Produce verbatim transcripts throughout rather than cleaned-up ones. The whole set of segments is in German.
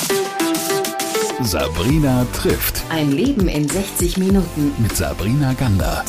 Sabrina trifft. Ein Leben in sechzig Minuten. Mit Sabrina Gander.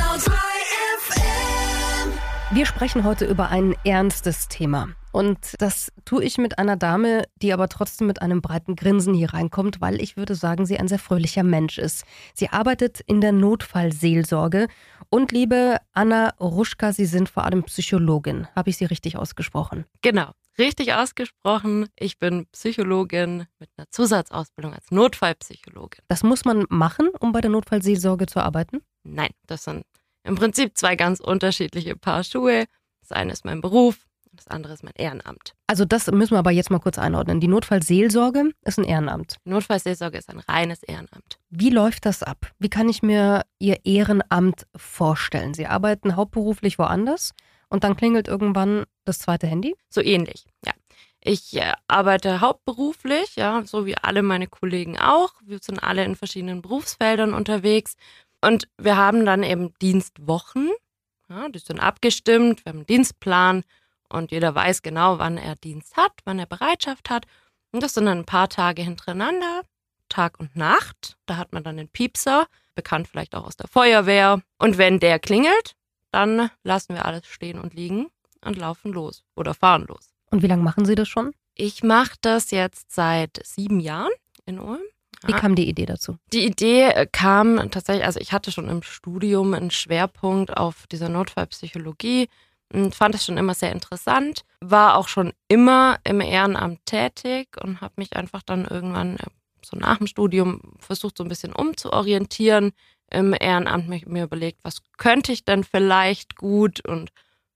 Wir sprechen heute über ein ernstes Thema. Und das tue ich mit einer Dame, die aber trotzdem mit einem breiten Grinsen hier reinkommt, weil ich würde sagen, sie ein sehr fröhlicher Mensch ist. Sie arbeitet in der Notfallseelsorge. Und liebe Anna Ruschka, Sie sind vor allem Psychologin. Habe ich Sie richtig ausgesprochen? Genau, richtig ausgesprochen. Ich bin Psychologin mit einer Zusatzausbildung als Notfallpsychologin. Das muss man machen, um bei der Notfallseelsorge zu arbeiten? Nein, das sind im Prinzip zwei ganz unterschiedliche Paar Schuhe. Das eine ist mein Beruf. Das andere ist mein Ehrenamt. Also das müssen wir aber jetzt mal kurz einordnen. Die Notfallseelsorge ist ein Ehrenamt. Die Notfallseelsorge ist ein reines Ehrenamt. Wie läuft das ab? Wie kann ich mir Ihr Ehrenamt vorstellen? Sie arbeiten hauptberuflich woanders und dann klingelt irgendwann das zweite Handy? So ähnlich, ja. Ich äh, arbeite hauptberuflich, ja, so wie alle meine Kollegen auch. Wir sind alle in verschiedenen Berufsfeldern unterwegs und wir haben dann eben Dienstwochen. Ja, die sind abgestimmt, wir haben einen Dienstplan. Und jeder weiß genau, wann er Dienst hat, wann er Bereitschaft hat. Und das sind dann ein paar Tage hintereinander, Tag und Nacht. Da hat man dann den Piepser, bekannt vielleicht auch aus der Feuerwehr. Und wenn der klingelt, dann lassen wir alles stehen und liegen und laufen los oder fahren los. Und wie lange machen Sie das schon? Ich mache das jetzt seit sieben Jahren in Ulm. Wie kam die Idee dazu? Die Idee kam tatsächlich, also ich hatte schon im Studium einen Schwerpunkt auf dieser Notfallpsychologie. Und fand es schon immer sehr interessant, war auch schon immer im Ehrenamt tätig und habe mich einfach dann irgendwann so nach dem Studium versucht, so ein bisschen umzuorientieren im Ehrenamt, mich, mir überlegt, was könnte ich denn vielleicht gut und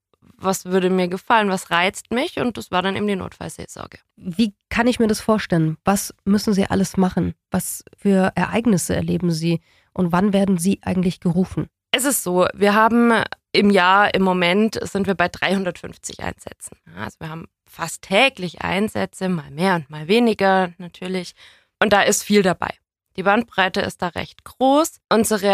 was würde mir gefallen, was reizt mich, und das war dann eben die Notfallseelsorge. Wie kann ich mir das vorstellen? Was müssen Sie alles machen? Was für Ereignisse erleben Sie und wann werden Sie eigentlich gerufen? Es ist so, wir haben im Jahr, im Moment sind wir bei dreihundertfünfzig Einsätzen. Also wir haben fast täglich Einsätze, mal mehr und mal weniger natürlich. Und da ist viel dabei. Die Bandbreite ist da recht groß. Unsere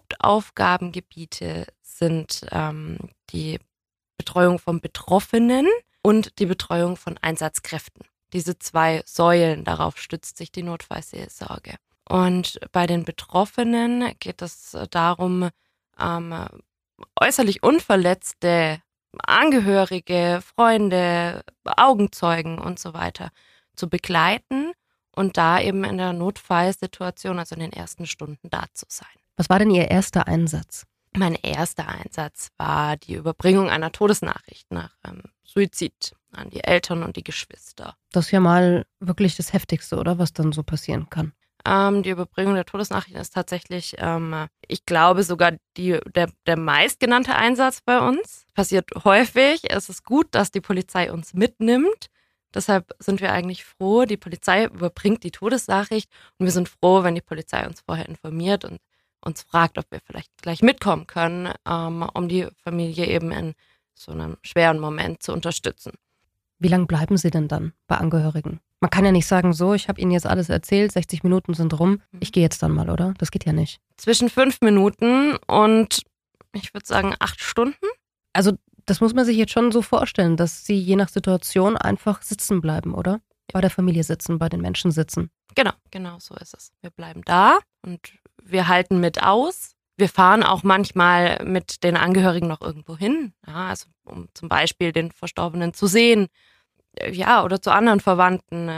Hauptaufgabengebiete sind ähm, die Betreuung von Betroffenen und die Betreuung von Einsatzkräften. Diese zwei Säulen, darauf stützt sich die Notfallseelsorge. Und bei den Betroffenen geht es darum, ähm, äußerlich unverletzte Angehörige, Freunde, Augenzeugen und so weiter zu begleiten und da eben in der Notfallsituation, also in den ersten Stunden da zu sein. Was war denn Ihr erster Einsatz? Mein erster Einsatz war die Überbringung einer Todesnachricht nach ähm, Suizid an die Eltern und die Geschwister. Das ist ja mal wirklich das Heftigste, oder? Was dann so passieren kann. Ähm, die Überbringung der Todesnachrichten ist tatsächlich, ähm, ich glaube, sogar die, der, der meistgenannte Einsatz bei uns. Passiert häufig. Es ist gut, dass die Polizei uns mitnimmt. Deshalb sind wir eigentlich froh. Die Polizei überbringt die Todesnachricht und wir sind froh, wenn die Polizei uns vorher informiert und uns fragt, ob wir vielleicht gleich mitkommen können, ähm, um die Familie eben in so einem schweren Moment zu unterstützen. Wie lange bleiben Sie denn dann bei Angehörigen? Man kann ja nicht sagen, so, ich habe Ihnen jetzt alles erzählt, sechzig Minuten sind rum, ich gehe jetzt dann mal, oder? Das geht ja nicht. Zwischen fünf Minuten und, ich würde sagen, acht Stunden. Also das muss man sich jetzt schon so vorstellen, dass Sie je nach Situation einfach sitzen bleiben, oder? Bei der Familie sitzen, bei den Menschen sitzen. Genau, genau so ist es. Wir bleiben da und wir halten mit aus. Wir fahren auch manchmal mit den Angehörigen noch irgendwo hin, ja, also um zum Beispiel den Verstorbenen zu sehen, ja, oder zu anderen Verwandten.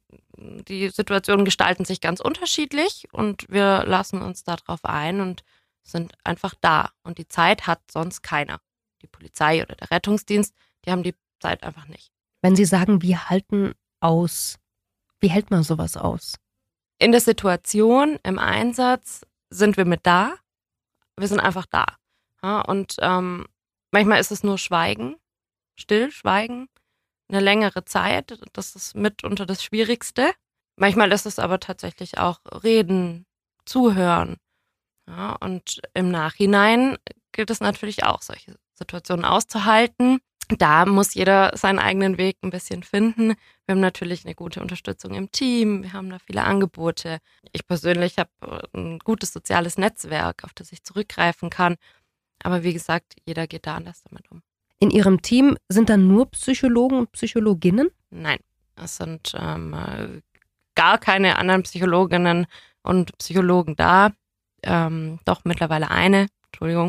Die Situationen gestalten sich ganz unterschiedlich und wir lassen uns darauf ein und sind einfach da. Und die Zeit hat sonst keiner. Die Polizei oder der Rettungsdienst, die haben die Zeit einfach nicht. Wenn Sie sagen, wir halten aus, wie hält man sowas aus? In der Situation, im Einsatz sind wir mit da. Wir sind einfach da. Ja, und ähm, manchmal ist es nur Schweigen, still, Schweigen, eine längere Zeit. Das ist mitunter das Schwierigste. Manchmal ist es aber tatsächlich auch Reden, Zuhören. Ja, und im Nachhinein gilt es natürlich auch, solche Situationen auszuhalten. Da muss jeder seinen eigenen Weg ein bisschen finden. Wir haben natürlich eine gute Unterstützung im Team, wir haben da viele Angebote. Ich persönlich habe ein gutes soziales Netzwerk, auf das ich zurückgreifen kann. Aber wie gesagt, jeder geht da anders damit um. In Ihrem Team sind dann nur Psychologen und Psychologinnen? Nein, es sind ähm, gar keine anderen Psychologinnen und Psychologen da. Ähm, doch mittlerweile eine, Entschuldigung.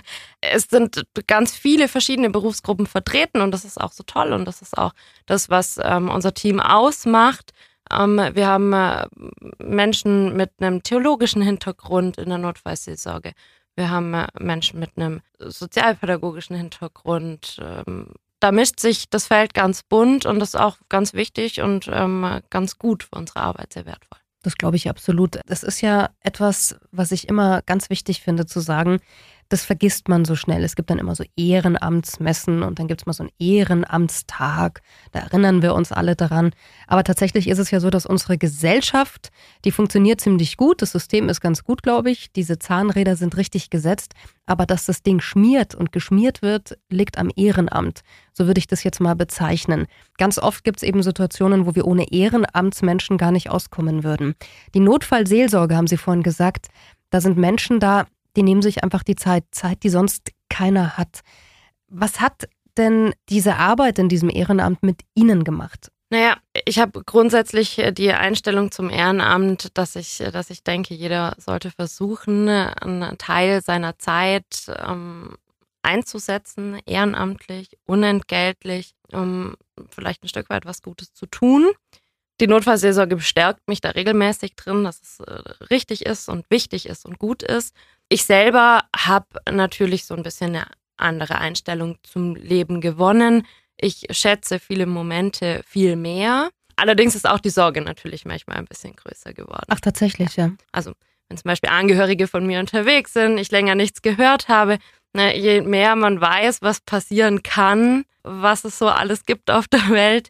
Es sind ganz viele verschiedene Berufsgruppen vertreten und das ist auch so toll und das ist auch das, was ähm, unser Team ausmacht. Ähm, wir haben äh, Menschen mit einem theologischen Hintergrund in der Notfallseelsorge. Wir haben äh, Menschen mit einem sozialpädagogischen Hintergrund. Ähm, da mischt sich das Feld ganz bunt und das ist auch ganz wichtig und ähm, ganz gut für unsere Arbeit, sehr wertvoll. Das glaube ich absolut. Das ist ja etwas, was ich immer ganz wichtig finde zu sagen, das vergisst man so schnell. Es gibt dann immer so Ehrenamtsmessen und dann gibt es mal so einen Ehrenamtstag. Da erinnern wir uns alle daran. Aber tatsächlich ist es ja so, dass unsere Gesellschaft, die funktioniert ziemlich gut. Das System ist ganz gut, glaube ich. Diese Zahnräder sind richtig gesetzt. Aber dass das Ding schmiert und geschmiert wird, liegt am Ehrenamt. So würde ich das jetzt mal bezeichnen. Ganz oft gibt es eben Situationen, wo wir ohne Ehrenamtsmenschen gar nicht auskommen würden. Die Notfallseelsorge, haben Sie vorhin gesagt, da sind Menschen da, die nehmen sich einfach die Zeit, Zeit, die sonst keiner hat. Was hat denn diese Arbeit in diesem Ehrenamt mit Ihnen gemacht? Naja, ich habe grundsätzlich die Einstellung zum Ehrenamt, dass ich, dass ich denke, jeder sollte versuchen, einen Teil seiner Zeit ähm, einzusetzen, ehrenamtlich, unentgeltlich, um vielleicht ein Stück weit was Gutes zu tun. Die Notfallseelsorge bestärkt mich da regelmäßig drin, dass es äh, richtig ist und wichtig ist und gut ist. Ich selber habe natürlich so ein bisschen eine andere Einstellung zum Leben gewonnen. Ich schätze viele Momente viel mehr. Allerdings ist auch die Sorge natürlich manchmal ein bisschen größer geworden. Ach, tatsächlich, ja. Also wenn zum Beispiel Angehörige von mir unterwegs sind, ich länger nichts gehört habe, ne, je mehr man weiß, was passieren kann, was es so alles gibt auf der Welt,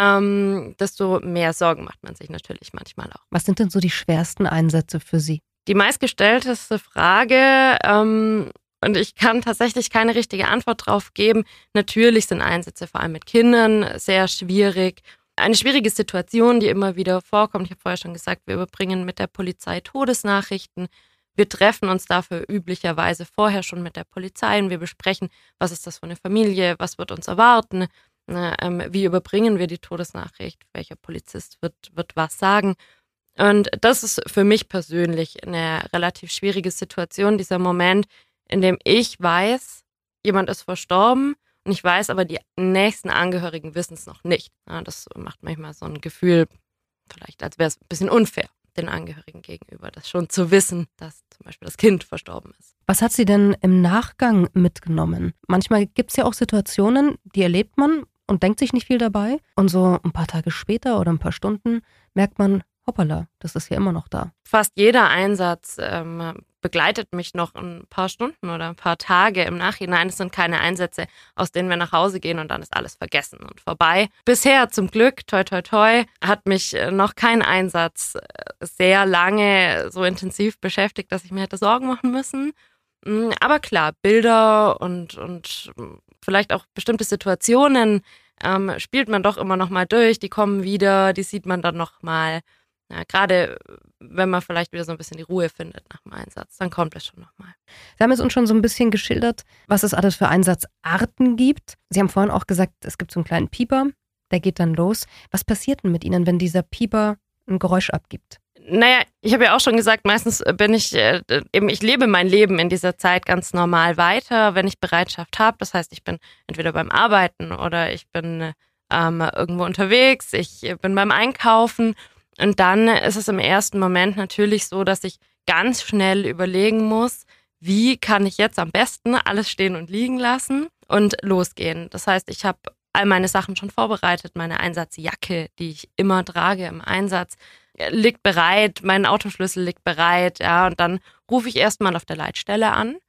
ähm, desto mehr Sorgen macht man sich natürlich manchmal auch. Was sind denn so die schwersten Einsätze für Sie? Die meistgestellteste Frage, ähm, und ich kann tatsächlich keine richtige Antwort drauf geben. Natürlich sind Einsätze vor allem mit Kindern sehr schwierig. Eine schwierige Situation, die immer wieder vorkommt. Ich habe vorher schon gesagt, wir überbringen mit der Polizei Todesnachrichten. Wir treffen uns dafür üblicherweise vorher schon mit der Polizei und wir besprechen, was ist das für eine Familie, was wird uns erwarten, ne, ähm, wie überbringen wir die Todesnachricht, welcher Polizist wird, wird was sagen. Und das ist für mich persönlich eine relativ schwierige Situation, dieser Moment, in dem ich weiß, jemand ist verstorben und ich weiß, aber die nächsten Angehörigen wissen es noch nicht. Ja, das macht manchmal so ein Gefühl, vielleicht als wäre es ein bisschen unfair den Angehörigen gegenüber, das schon zu wissen, dass zum Beispiel das Kind verstorben ist. Was hat Sie denn im Nachgang mitgenommen? Manchmal gibt es ja auch Situationen, die erlebt man und denkt sich nicht viel dabei. Und so ein paar Tage später oder ein paar Stunden merkt man, hoppala, das ist ja immer noch da. Fast jeder Einsatz ähm, begleitet mich noch ein paar Stunden oder ein paar Tage im Nachhinein. Es sind keine Einsätze, aus denen wir nach Hause gehen und dann ist alles vergessen und vorbei. Bisher zum Glück, toi toi toi, hat mich noch kein Einsatz sehr lange so intensiv beschäftigt, dass ich mir hätte Sorgen machen müssen. Aber klar, Bilder und, und vielleicht auch bestimmte Situationen ähm, spielt man doch immer noch mal durch. Die kommen wieder, die sieht man dann noch mal. Ja, gerade wenn man vielleicht wieder so ein bisschen die Ruhe findet nach dem Einsatz, dann kommt es schon nochmal. Sie haben jetzt uns schon so ein bisschen geschildert, was es alles für Einsatzarten gibt. Sie haben vorhin auch gesagt, es gibt so einen kleinen Pieper, der geht dann los. Was passiert denn mit Ihnen, wenn dieser Pieper ein Geräusch abgibt? Naja, ich habe ja auch schon gesagt, meistens bin ich, äh, eben ich lebe mein Leben in dieser Zeit ganz normal weiter, wenn ich Bereitschaft habe. Das heißt, ich bin entweder beim Arbeiten oder ich bin ähm, irgendwo unterwegs, ich bin beim Einkaufen. Und dann ist es im ersten Moment natürlich so, dass ich ganz schnell überlegen muss, wie kann ich jetzt am besten alles stehen und liegen lassen und losgehen. Das heißt, ich habe all meine Sachen schon vorbereitet, meine Einsatzjacke, die ich immer trage im Einsatz, liegt bereit, mein Autoschlüssel liegt bereit, ja, und dann rufe ich erstmal auf der Leitstelle an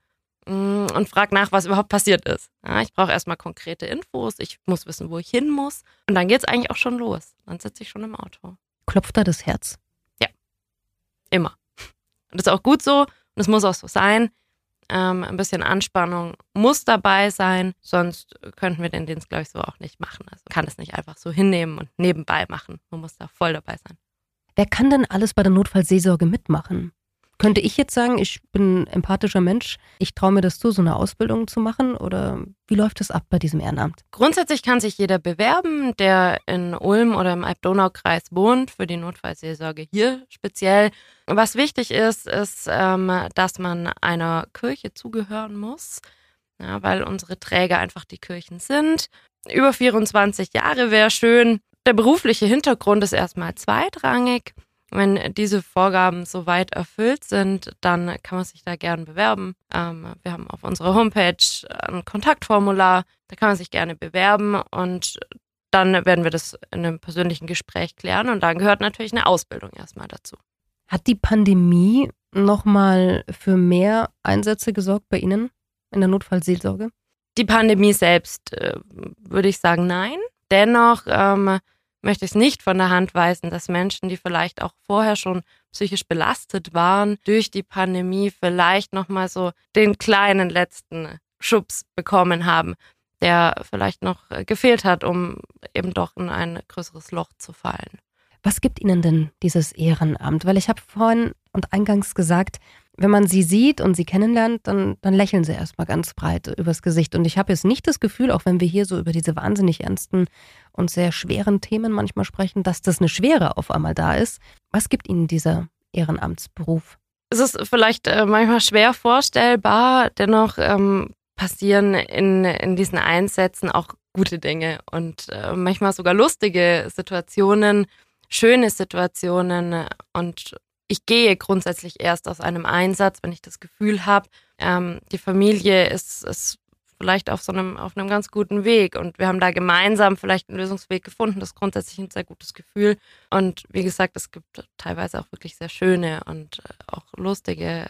und frage nach, was überhaupt passiert ist. Ja, ich brauche erstmal konkrete Infos, ich muss wissen, wo ich hin muss und dann geht es eigentlich auch schon los. Dann sitze ich schon im Auto. Klopft da das Herz? Ja, immer. Und das ist auch gut so und es muss auch so sein. Ähm, ein bisschen Anspannung muss dabei sein, sonst könnten wir den Dienst, glaube ich, so auch nicht machen. Also man kann es nicht einfach so hinnehmen und nebenbei machen. Man muss da voll dabei sein. Wer kann denn alles bei der Notfallseelsorge mitmachen? Könnte ich jetzt sagen, ich bin ein empathischer Mensch, ich traue mir das zu, so eine Ausbildung zu machen? Oder wie läuft das ab bei diesem Ehrenamt? Grundsätzlich kann sich jeder bewerben, der in Ulm oder im Alb-Donau-Kreis wohnt, für die Notfallseelsorge hier speziell. Was wichtig ist, ist, ähm, dass man einer Kirche zugehören muss, ja, weil unsere Träger einfach die Kirchen sind. Über vierundzwanzig Jahre wäre schön. Der berufliche Hintergrund ist erstmal zweitrangig. Wenn diese Vorgaben soweit erfüllt sind, dann kann man sich da gerne bewerben. Ähm, wir haben auf unserer Homepage ein Kontaktformular, da kann man sich gerne bewerben und dann werden wir das in einem persönlichen Gespräch klären und dann gehört natürlich eine Ausbildung erstmal dazu. Hat die Pandemie nochmal für mehr Einsätze gesorgt bei Ihnen in der Notfallseelsorge? Die Pandemie selbst äh, würde ich sagen, nein. Dennoch ähm, möchte ich es nicht von der Hand weisen, dass Menschen, die vielleicht auch vorher schon psychisch belastet waren, durch die Pandemie vielleicht nochmal so den kleinen letzten Schubs bekommen haben, der vielleicht noch gefehlt hat, um eben doch in ein größeres Loch zu fallen. Was gibt Ihnen denn dieses Ehrenamt? Weil ich habe vorhin und eingangs gesagt, wenn man sie sieht und sie kennenlernt, dann, dann lächeln sie erstmal ganz breit übers Gesicht. Und ich habe jetzt nicht das Gefühl, auch wenn wir hier so über diese wahnsinnig ernsten und sehr schweren Themen manchmal sprechen, dass das eine Schwere auf einmal da ist. Was gibt Ihnen dieser Ehrenamtsberuf? Es ist vielleicht äh, manchmal schwer vorstellbar, dennoch ähm, passieren in, in diesen Einsätzen auch gute Dinge und äh, manchmal sogar lustige Situationen, schöne Situationen und ich gehe grundsätzlich erst aus einem Einsatz, wenn ich das Gefühl habe, ähm, die Familie ist, ist vielleicht auf so einem, auf einem ganz guten Weg und wir haben da gemeinsam vielleicht einen Lösungsweg gefunden. Das ist grundsätzlich ein sehr gutes Gefühl. Und wie gesagt, es gibt teilweise auch wirklich sehr schöne und auch lustige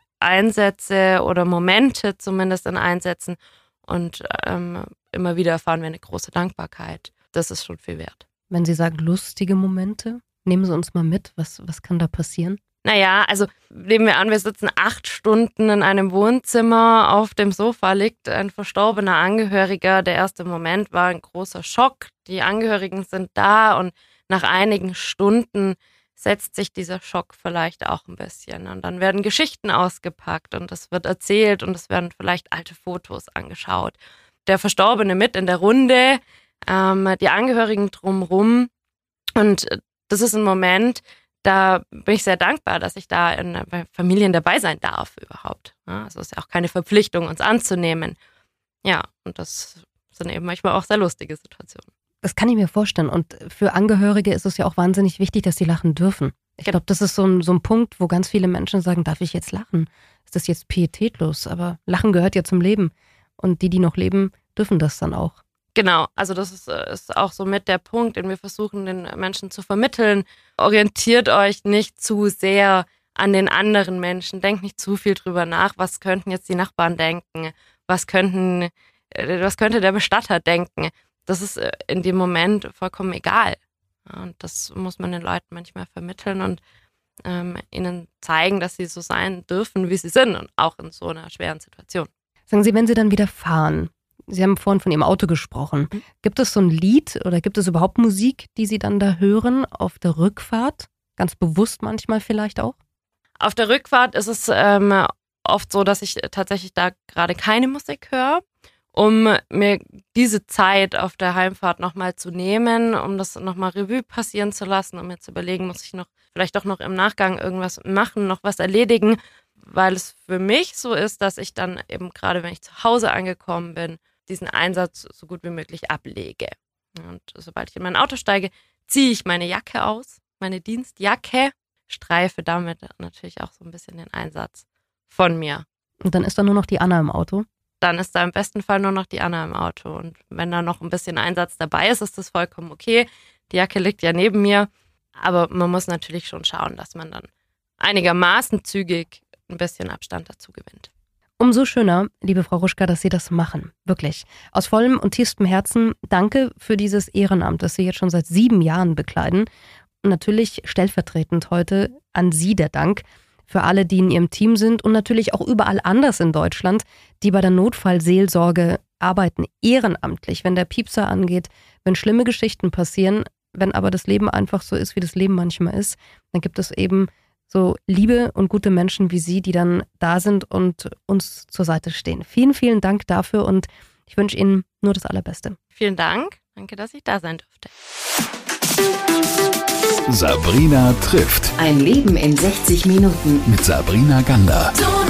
Einsätze oder Momente zumindest in Einsätzen. Und ähm, immer wieder erfahren wir eine große Dankbarkeit. Das ist schon viel wert. Wenn Sie sagen lustige Momente, nehmen Sie uns mal mit. Was, was kann da passieren? Naja, also nehmen wir an, wir sitzen acht Stunden in einem Wohnzimmer, auf dem Sofa liegt ein verstorbener Angehöriger. Der erste Moment war ein großer Schock. Die Angehörigen sind da und nach einigen Stunden setzt sich dieser Schock vielleicht auch ein bisschen. Und dann werden Geschichten ausgepackt und es wird erzählt und es werden vielleicht alte Fotos angeschaut. Der Verstorbene mit in der Runde, ähm, die Angehörigen drumherum. Und das ist ein Moment, da bin ich sehr dankbar, dass ich da in bei Familien dabei sein darf überhaupt. Ja, also es ist ja auch keine Verpflichtung, uns anzunehmen. Ja, und das sind eben manchmal auch sehr lustige Situationen. Das kann ich mir vorstellen. Und für Angehörige ist es ja auch wahnsinnig wichtig, dass sie lachen dürfen. Ich glaube, das ist so ein, so ein Punkt, wo ganz viele Menschen sagen, darf ich jetzt lachen? Ist das jetzt pietätlos? Aber Lachen gehört ja zum Leben. Und die, die noch leben, dürfen das dann auch. Genau, also das ist, ist auch so mit der Punkt, den wir versuchen, den Menschen zu vermitteln. Orientiert euch nicht zu sehr an den anderen Menschen. Denkt nicht zu viel drüber nach, was könnten jetzt die Nachbarn denken, was könnten, was könnte der Bestatter denken. Das ist in dem Moment vollkommen egal. Und das muss man den Leuten manchmal vermitteln und ähm, ihnen zeigen, dass sie so sein dürfen, wie sie sind und auch in so einer schweren Situation. Sagen Sie, wenn Sie dann wieder fahren, Sie haben vorhin von Ihrem Auto gesprochen. Mhm. Gibt es so ein Lied oder gibt es überhaupt Musik, die Sie dann da hören auf der Rückfahrt? Ganz bewusst manchmal vielleicht auch? Auf der Rückfahrt ist es ähm, oft so, dass ich tatsächlich da gerade keine Musik höre, um mir diese Zeit auf der Heimfahrt nochmal zu nehmen, um das nochmal Revue passieren zu lassen, um mir zu überlegen, muss ich noch vielleicht doch noch im Nachgang irgendwas machen, noch was erledigen, weil es für mich so ist, dass ich dann eben gerade, wenn ich zu Hause angekommen bin, diesen Einsatz so gut wie möglich ablege. Und sobald ich in mein Auto steige, ziehe ich meine Jacke aus, meine Dienstjacke, streife damit natürlich auch so ein bisschen den Einsatz von mir. Und dann ist da nur noch die Anna im Auto? Dann ist da im besten Fall nur noch die Anna im Auto. Und wenn da noch ein bisschen Einsatz dabei ist, ist das vollkommen okay. Die Jacke liegt ja neben mir. Aber man muss natürlich schon schauen, dass man dann einigermaßen zügig ein bisschen Abstand dazu gewinnt. Umso schöner, liebe Frau Ruschka, dass Sie das machen. Wirklich. Aus vollem und tiefstem Herzen danke für dieses Ehrenamt, das Sie jetzt schon seit sieben Jahren bekleiden. Und natürlich stellvertretend heute an Sie der Dank für alle, die in Ihrem Team sind und natürlich auch überall anders in Deutschland, die bei der Notfallseelsorge arbeiten, ehrenamtlich, wenn der Piepser angeht, wenn schlimme Geschichten passieren, wenn aber das Leben einfach so ist, wie das Leben manchmal ist, dann gibt es eben so liebe und gute Menschen wie Sie, die dann da sind und uns zur Seite stehen. Vielen, vielen Dank dafür und ich wünsche Ihnen nur das Allerbeste. Vielen Dank. Danke, dass ich da sein durfte. Sabrina trifft. Ein Leben in sechzig Minuten. Mit Sabrina Gander.